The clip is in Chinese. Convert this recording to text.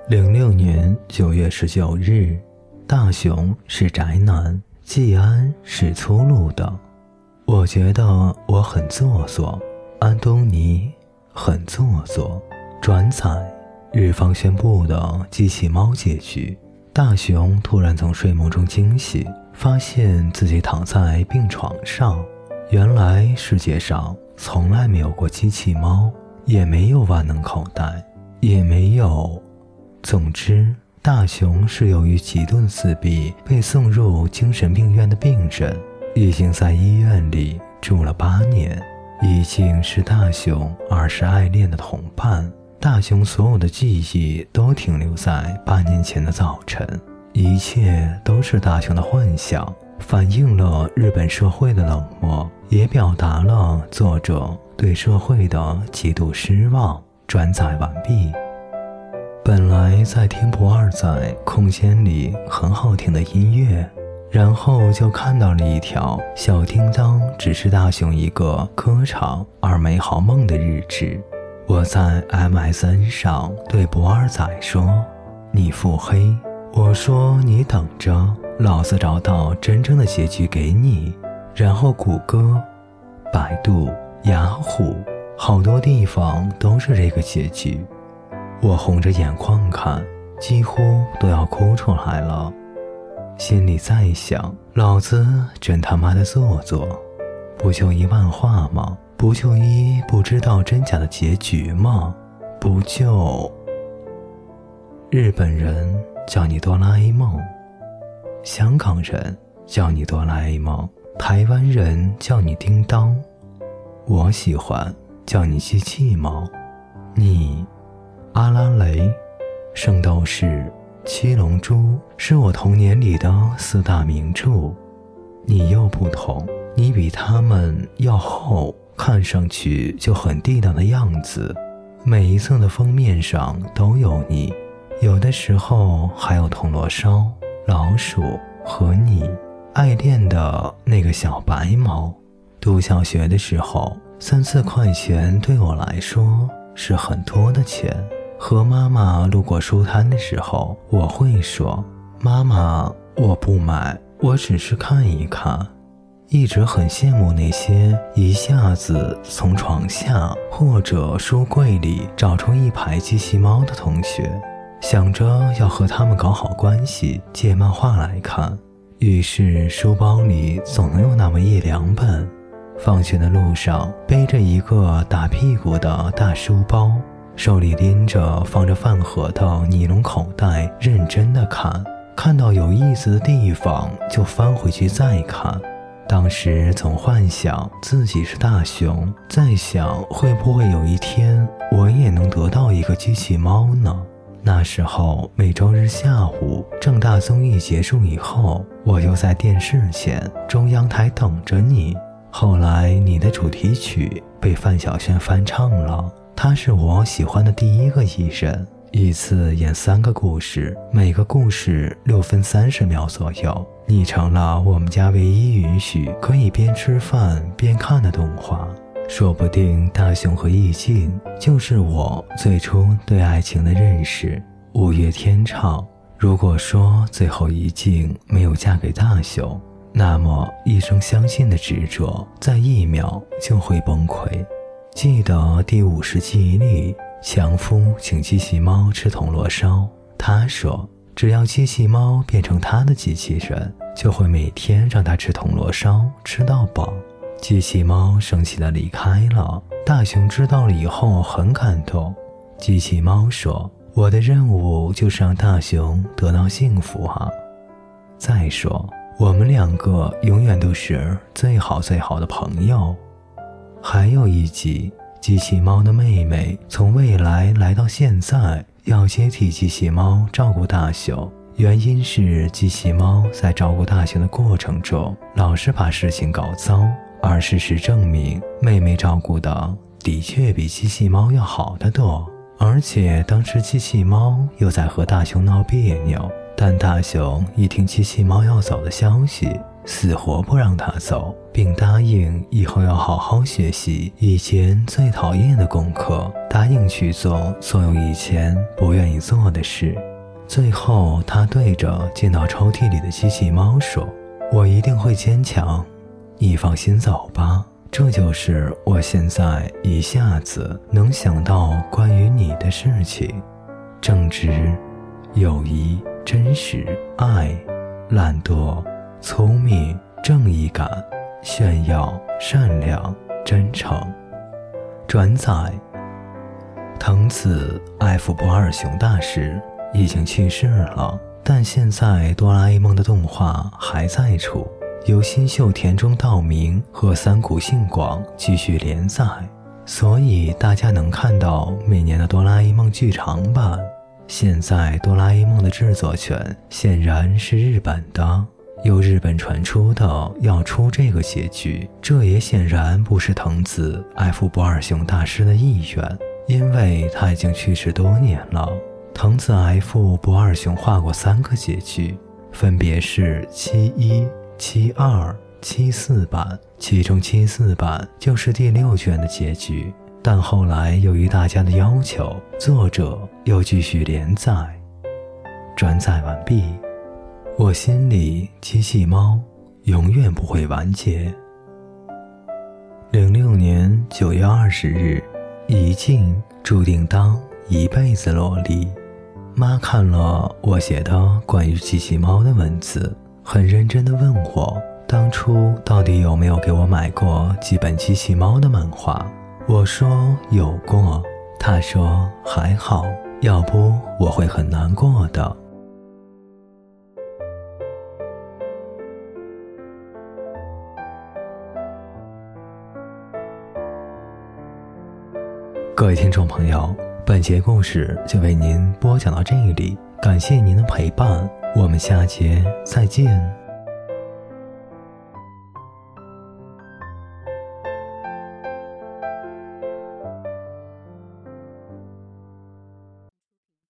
06年9月19日，大雄是宅男，季安是粗鲁的。我觉得我很做作，安东尼很做作。转载日方宣布的机器猫结局。大雄突然从睡梦中惊醒，发现自己躺在病床上。原来世界上从来没有过机器猫，也没有万能口袋，也没有……总之，大雄是由于极顿自闭被送入精神病院的病人，已经在医院里住了8年，已经是大雄儿时爱恋的同伴。大雄所有的记忆都停留在8年前的早晨，一切都是大雄的幻想，反映了日本社会的冷漠，也表达了作者对社会的极度失望。转载完毕。本来在听不二在空间里很好听的音乐，然后就看到了一条小叮当只是大雄一个歌唱而美好梦的日志。我在 MSN 上对不二仔说，你腹黑。我说你等着，老子找到真正的结局给你。然后谷歌、百度、雅虎好多地方都是这个结局。我红着眼眶看，几乎都要哭出来了。心里在想，老子真他妈的做作，不就一漫画吗？不就一不知道真假的结局吗？不就……日本人叫你哆啦 A 梦，香港人叫你哆啦 A 梦，台湾人叫你叮当，我喜欢叫你机器猫。你阿拉蕾、圣斗士、七龙珠是我童年里的4大名著。你又不同，你比他们要厚，看上去就很地道的样子，每一册的封面上都有你，有的时候还有铜锣烧、老鼠和你爱恋的那个小白猫。读小学的时候，3-4块钱对我来说是很多的钱。和妈妈路过书摊的时候，我会说，妈妈，我不买，我只是看一看。一直很羡慕那些一下子从床下或者书柜里找出一排机器猫的同学，想着要和他们搞好关系，借漫画来看。于是书包里总能有那么1-2本。放学的路上背着一个大屁股的大书包，手里拎着放着饭盒的尼龙口袋，认真的看，看到有意思的地方就翻回去再看。当时总幻想自己是大雄，在想会不会有一天我也能得到一个机器猫呢？那时候每周日下午正大综艺结束以后，我就在电视前中央台等着你。后来你的主题曲被范晓萱翻唱了，她是我喜欢的第一个艺人，一次演3个故事，每个故事6分30秒左右。你成了我们家唯一允许可以边吃饭边看的动画。说不定大雄和易静就是我最初对爱情的认识。五月天唱，如果说最后易静没有嫁给大雄，那么一生相信的执着在1秒就会崩溃。记得第50集里，强夫请机器猫吃铜锣烧，他说只要机器猫变成他的机器人，就会每天让他吃铜锣烧吃到饱。机器猫生气地离开了，大雄知道了以后很感动。机器猫说，我的任务就是让大雄得到幸福啊。再说我们2个永远都是最好最好的朋友。还有一集，机器猫的妹妹从未来来到现在，要接替机器猫照顾大雄，原因是机器猫在照顾大雄的过程中老是把事情搞糟，而事实证明妹妹照顾的确比机器猫要好得多。而且当时机器猫又在和大雄闹别扭，但大雄一听机器猫要走的消息， 死活不让他走，并答应以后要好好学习以前最讨厌的功课，答应去做所有以前不愿意做的事。最后他对着进到抽屉里的机器猫说，我一定会坚强，你放心走吧。这就是我现在一下子能想到关于你的事情。正直、友谊、真实、爱、懒惰、聪明、正义感、炫耀、善良、真诚。转载：藤子 F 不二雄大师已经去世了，但现在哆啦 A 梦的动画还在出，由新秀田中道明和三谷幸广继续连载，所以大家能看到每年的哆啦 A 梦剧场版。现在哆啦 A 梦的制作权显然是日本的，由日本传出的要出这个结局，这也显然不是藤子 F 不二雄大师的意愿，因为他已经去世多年了。藤子 F 不二雄画过3个结局，分别是71、72、74版，其中74版就是第6卷的结局，但后来由于大家的要求，作者又继续连载。转载完毕。我心里机器猫永远不会完结。06年9月20日，一静注定当一辈子萝莉。妈看了我写的关于机器猫的文字，很认真地问我当初到底有没有给我买过几本机器猫的漫画。我说有过，她说还好，要不我会很难过的。各位听众朋友，本节故事就为您播讲到这里，感谢您的陪伴，我们下节再见。